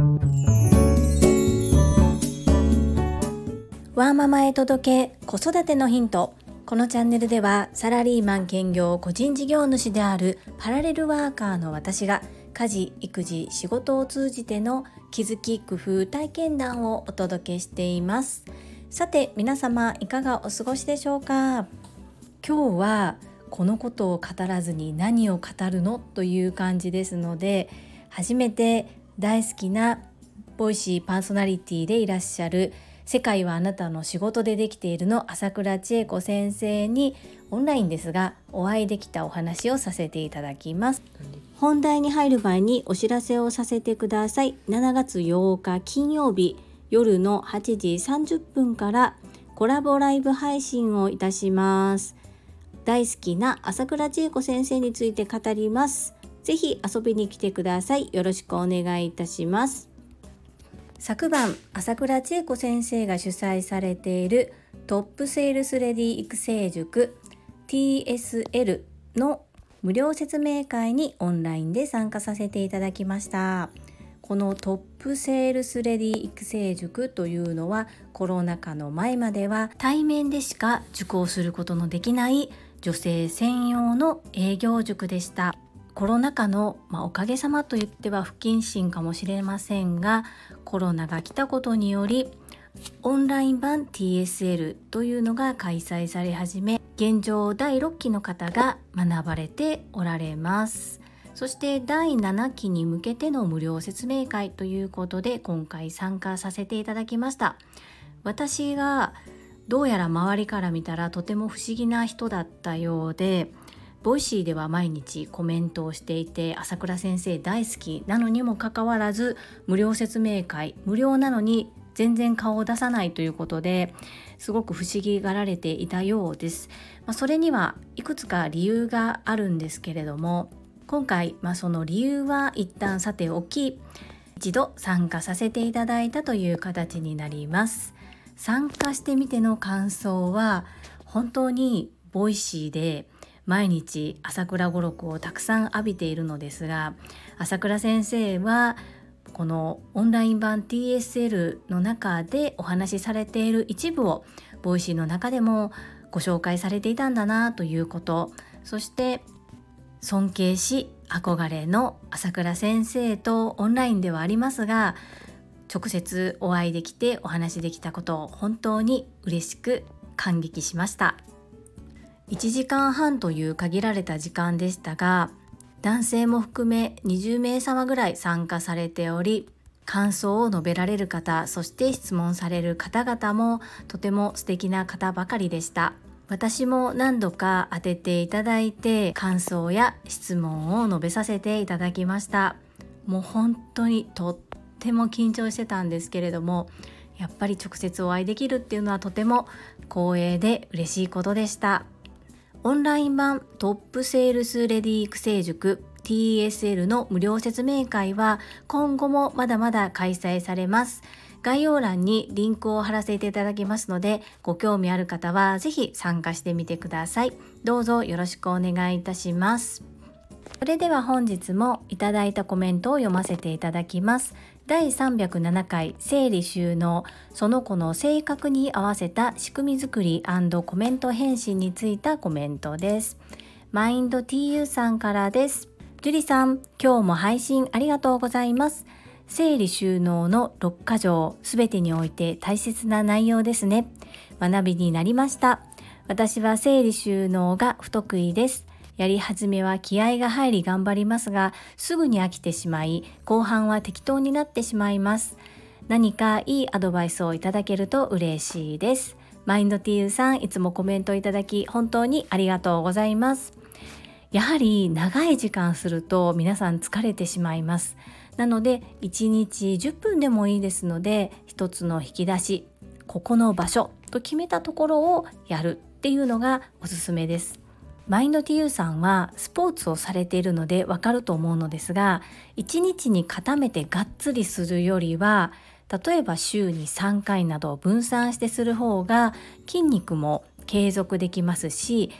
ワーママへ届け子育てのヒント。このチャンネルではサラリーマン兼業個人事業主であるパラレルワーカーの私が家事・育児・仕事を通じての気づき・工夫・体験談をお届けしています。さて皆様いかがお過ごしでしょうか。今日はこのことを語らずに何を語るのという感じですので、初めて大好きなボイシーパーソナリティでいらっしゃる世界はあなたの仕事でできているの朝倉千恵子先生にオンラインですがお会いできたお話をさせていただきます。本題に入る前にお知らせをさせてください。7月8日金曜日夜の8時30分からコラボライブ配信をいたします。大好きな朝倉千恵子先生について語ります。ぜひ遊びに来てください。よろしくお願いいたします。昨晩朝倉千恵子先生が主催されているトップセールスレディ育成塾 TSL の無料説明会にオンラインで参加させていただきました。このトップセールスレディ育成塾というのはコロナ禍の前までは対面でしか受講することのできない女性専用の営業塾でした。コロナ禍の、おかげさまと言っては不謹慎かもしれませんが、コロナが来たことによりオンライン版 TSL というのが開催され始め、現状第6期の方が学ばれておられます。そして第7期に向けての無料説明会ということで今回参加させていただきました。私がどうやら周りから見たらとても不思議な人だったようで、ボイシーでは毎日コメントをしていて朝倉先生大好きなのにもかかわらず無料説明会無料なのに全然顔を出さないということですごく不思議がられていたようです。それにはいくつか理由があるんですけれども、今回、その理由は一旦さておき一度参加させていただいたという形になります。参加してみての感想は本当にボイシーで毎日朝倉語録をたくさん浴びているのですが、朝倉先生はこのオンライン版 TSL の中でお話しされている一部をボイシーの中でもご紹介されていたんだなということ、そして尊敬し憧れの朝倉先生とオンラインではありますが直接お会いできてお話できたことを本当に嬉しく感激しました。1時間半という限られた時間でしたが、男性も含め20名様ぐらい参加されており、感想を述べられる方、そして質問される方々もとても素敵な方ばかりでした。私も何度か当てていただいて感想や質問を述べさせていただきました。もう本当にとっても緊張してたんですけれども、やっぱり直接お会いできるっていうのはとても光栄で嬉しいことでした。オンライン版トップセールスレディ育成塾 TSL の無料説明会は今後もまだまだ開催されます。概要欄にリンクを貼らせていただきますので、ご興味ある方はぜひ参加してみてください。どうぞよろしくお願いいたします。それでは本日もいただいたコメントを読ませていただきます。第307回整理収納、その子の性格に合わせた仕組み作り&コメント返信についたコメントです。マインド TU さんからです。ジュリさん、今日も配信ありがとうございます。整理収納の6箇条すべてにおいて大切な内容ですね。学びになりました。私は整理収納が不得意です。やり始めは気合が入り頑張りますが、すぐに飽きてしまい、後半は適当になってしまいます。何かいいアドバイスをいただけると嬉しいです。マインド TU さん、いつもコメントいただき本当にありがとうございます。やはり長い時間すると皆さん疲れてしまいます。なので1日10分でもいいですので、一つの引き出し、ここの場所と決めたところをやるっていうのがおすすめです。マインド TU さんはスポーツをされているのでわかると思うのですが、1日に固めてがっつりするよりは、例えば週に3回など分散してする方が筋肉も継続できますし、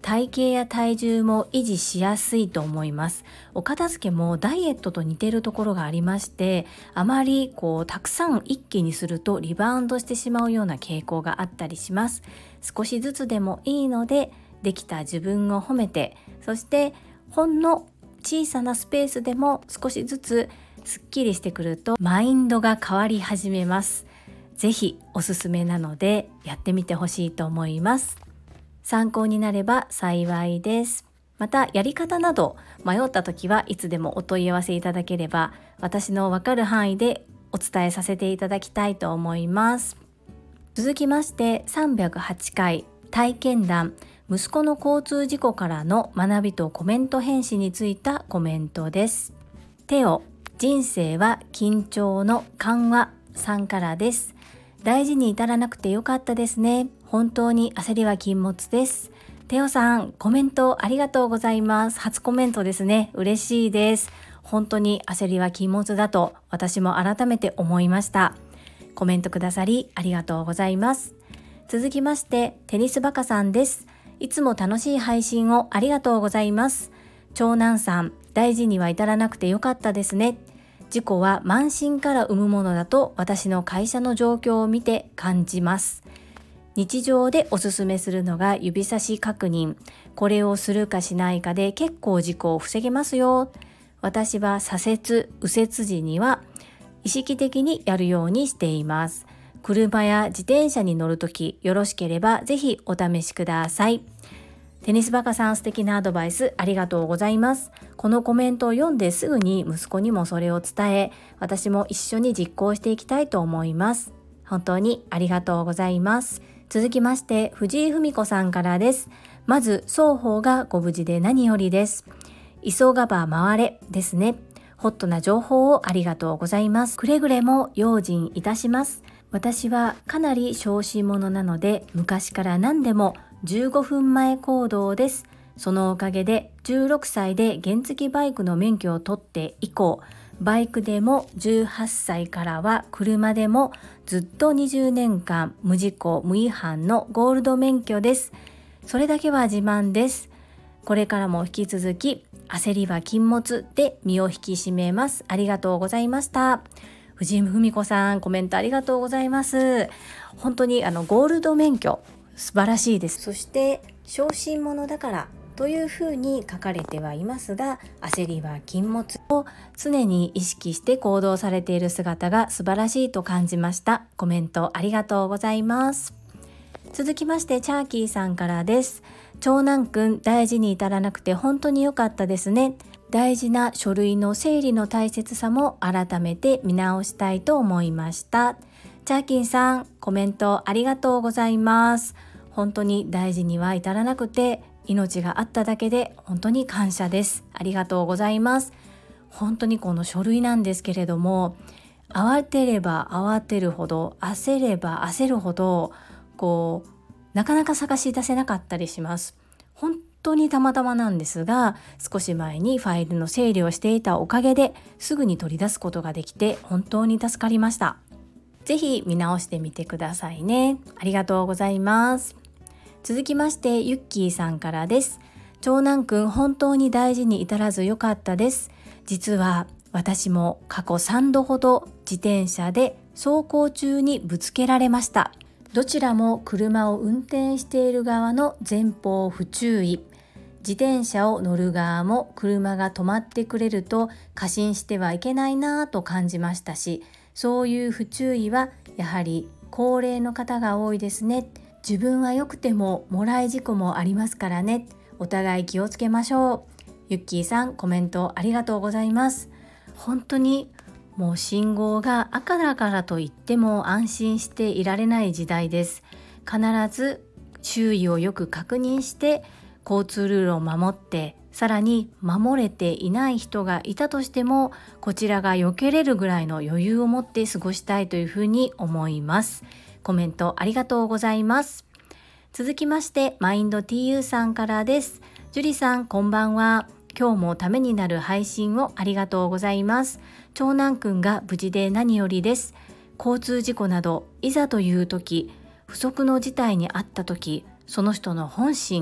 体型や体重も維持しやすいと思います。お片付けもダイエットと似ているところがありまして、あまりたくさん一気にするとリバウンドしてしまうような傾向があったりします。少しずつでもいいので、できた自分を褒めて、そしてほんの小さなスペースでも少しずつすっきりしてくるとマインドが変わり始めます。ぜひおすすめなのでやってみてほしいと思います。参考になれば幸いです。またやり方など迷った時はいつでもお問い合わせいただければ、私のわかる範囲でお伝えさせていただきたいと思います。続きまして308回体験談、息子の交通事故からの学びとコメント返信についたコメントです。テオ、人生は緊張の緩和さんからです。大事に至らなくてよかったですね。本当に焦りは禁物です。テオさん、コメントありがとうございます。初コメントですね。嬉しいです。本当に焦りは禁物だと私も改めて思いました。コメントくださりありがとうございます。続きましてテニスバカさんです。いつも楽しい配信をありがとうございます。長男さん、大事には至らなくてよかったですね。事故は慢心から生むものだと私の会社の状況を見て感じます。日常でおすすめするのが指差し確認。これをするかしないかで結構事故を防げますよ。私は左折、右折時には意識的にやるようにしています。車や自転車に乗るとき、よろしければぜひお試しください。テニスバカさん、素敵なアドバイスありがとうございます。このコメントを読んですぐに息子にもそれを伝え、私も一緒に実行していきたいと思います。本当にありがとうございます。続きまして藤井文子さんからです。まず双方がご無事で何よりです。急がば回れですね。ホットな情報をありがとうございます。くれぐれも用心いたします。私はかなり小心者なので、昔から何でも15分前行動です。そのおかげで16歳で原付バイクの免許を取って以降、バイクでも18歳からは車でもずっと20年間無事故無違反のゴールド免許です。それだけは自慢です。これからも引き続き焦りは禁物で身を引き締めます。ありがとうございました。藤井文子さん、コメントありがとうございます。本当にゴールド免許素晴らしいです。そして小心者だからというふうに書かれてはいますが、焦りは禁物を常に意識して行動されている姿が素晴らしいと感じました。コメントありがとうございます。続きましてチャーキーさんからです。長男くん、大事に至らなくて本当に良かったですね。大事な書類の整理の大切さも改めて見直したいと思いました。チャーキーさん、コメントありがとうございます。本当に大事には至らなくて、命があっただけで本当に感謝です。ありがとうございます。本当にこの書類なんですけれども、慌てれば慌てるほど、焦れば焦るほど、なかなか探し出せなかったりします。本当にたまたまなんですが、少し前にファイルの整理をしていたおかげですぐに取り出すことができて本当に助かりました。ぜひ見直してみてくださいね。ありがとうございます。続きましてユッキーさんからです。長男くん、本当に大事に至らずよかったです。実は私も過去3度ほど自転車で走行中にぶつけられました。どちらも車を運転している側の前方不注意。自転車を乗る側も車が止まってくれると過信してはいけないなぁと感じましたし、そういう不注意はやはり高齢の方が多いですね。自分は良くてももらい事故もありますからね。お互い気をつけましょう。ユッキーさん、コメントありがとうございます。本当にもう信号が赤だからといっても安心していられない時代です。必ず周囲をよく確認して交通ルールを守って、さらに守れていない人がいたとしてもこちらが避けれるぐらいの余裕を持って過ごしたいというふうに思います。コメントありがとうございます。続きましてマインド TU さんからです。ジュリさん、こんばんは。今日もためになる配信をありがとうございます。長男くんが無事で何よりです。交通事故などいざという時、不測の事態にあった時、その人の本心、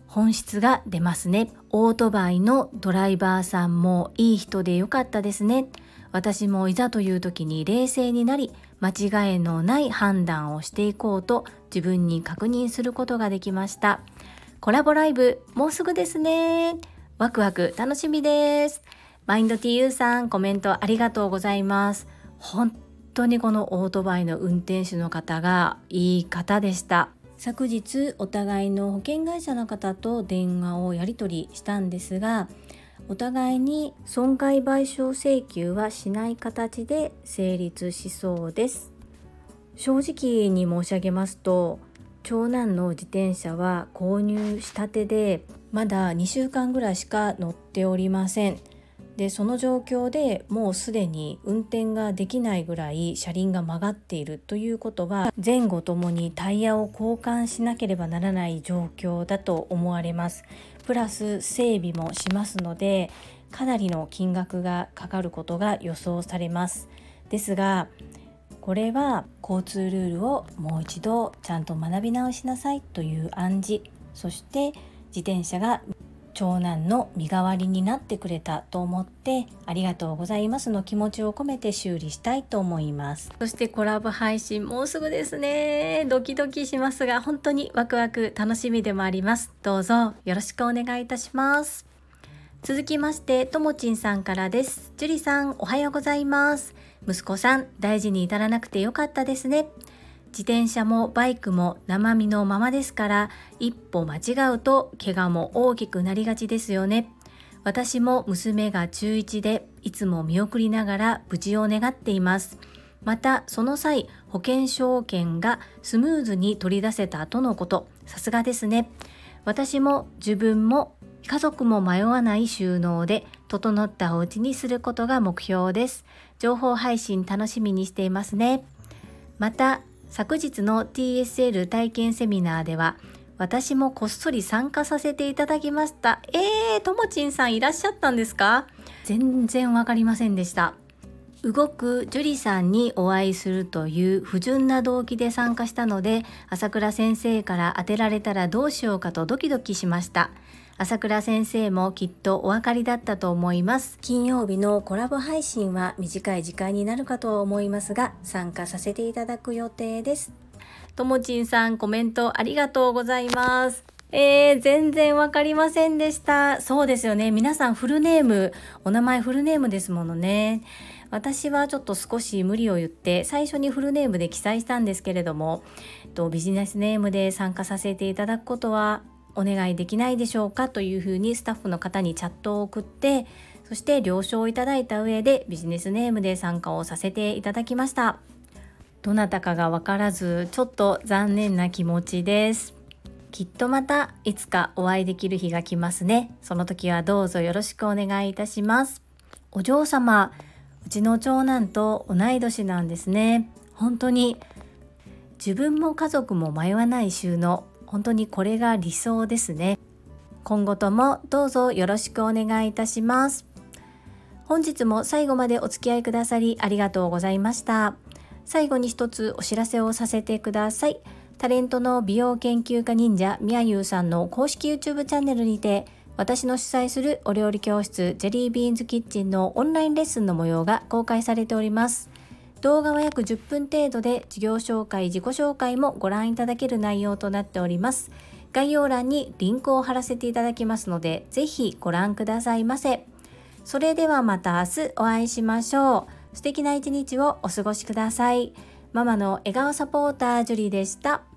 本質が出ますね。オートバイのドライバーさんもいい人でよかったですね。私もいざという時に冷静になり、間違いのない判断をしていこうと自分に確認することができました。コラボライブもうすぐですね。ワクワク楽しみです。マインド TU さん、コメントありがとうございます。本当にこのオートバイの運転手の方がいい方でした。昨日お互いの保険会社の方と電話をやり取りしたんですが、お互いに損害賠償請求はしない形で成立しそうです。正直に申し上げますと、長男の自転車は購入したてでまだ2週間ぐらいしか乗っておりません。でその状況でもうすでに運転ができないぐらい車輪が曲がっているということは、前後ともにタイヤを交換しなければならない状況だと思われます。プラス整備もしますので、かなりの金額がかかることが予想されます。ですが、これは交通ルールをもう一度ちゃんと学び直しなさいという暗示、そして自転車が長男の身代わりになってくれたと思って、ありがとうございますの気持ちを込めて修理したいと思います。そしてコラボ配信もうすぐですね。ドキドキしますが、本当にワクワク楽しみでもあります。どうぞよろしくお願いいたします。続きましてともちんさんからです。ジュリさん、おはようございます。息子さん、大事に至らなくてよかったですね。自転車もバイクも生身のままですから、一歩間違うと怪我も大きくなりがちですよね。私も娘が中1でいつも見送りながら無事を願っています。またその際、保険証券がスムーズに取り出せたとのこと。さすがですね。私も自分も家族も迷わない収納で整ったお家にすることが目標です。情報配信楽しみにしていますね。また昨日の TSL 体験セミナーでは私もこっそり参加させていただきました。ともちんさんいらっしゃったんですか？全然わかりませんでした。動くジュリさんにお会いするという不純な動機で参加したので、朝倉先生から当てられたらどうしようかとドキドキしました。朝倉先生もきっとお分かりだったと思います。金曜日のコラボ配信は短い時間になるかとは思いますが、参加させていただく予定です。ともちんさん、コメントありがとうございます。全然わかりませんでした。そうですよね。皆さんフルネーム、お名前フルネームですものね。私はちょっと少し無理を言って最初にフルネームで記載したんですけれども、ビジネスネームで参加させていただくことはお願いできないでしょうかというふうにスタッフの方にチャットを送って、そして了承いただいた上でビジネスネームで参加をさせていただきました。どなたかが分からずちょっと残念な気持ちです。きっとまたいつかお会いできる日が来ますね。その時はどうぞよろしくお願いいたします。お嬢様、うちの長男と同い年なんですね。本当に自分も家族も迷わない収納、本当にこれが理想ですね。今後ともどうぞよろしくお願いいたします。本日も最後までお付き合いくださりありがとうございました。最後に一つお知らせをさせてください。タレントの美容研究家忍者みやゆうさんの公式 YouTube チャンネルにて、私の主催するお料理教室ジェリービーンズキッチンのオンラインレッスンの模様が公開されております。動画は約10分程度で、事業紹介、自己紹介もご覧いただける内容となっております。概要欄にリンクを貼らせていただきますので、ぜひご覧くださいませ。それではまた明日お会いしましょう。素敵な一日をお過ごしください。ママの笑顔サポータージュリでした。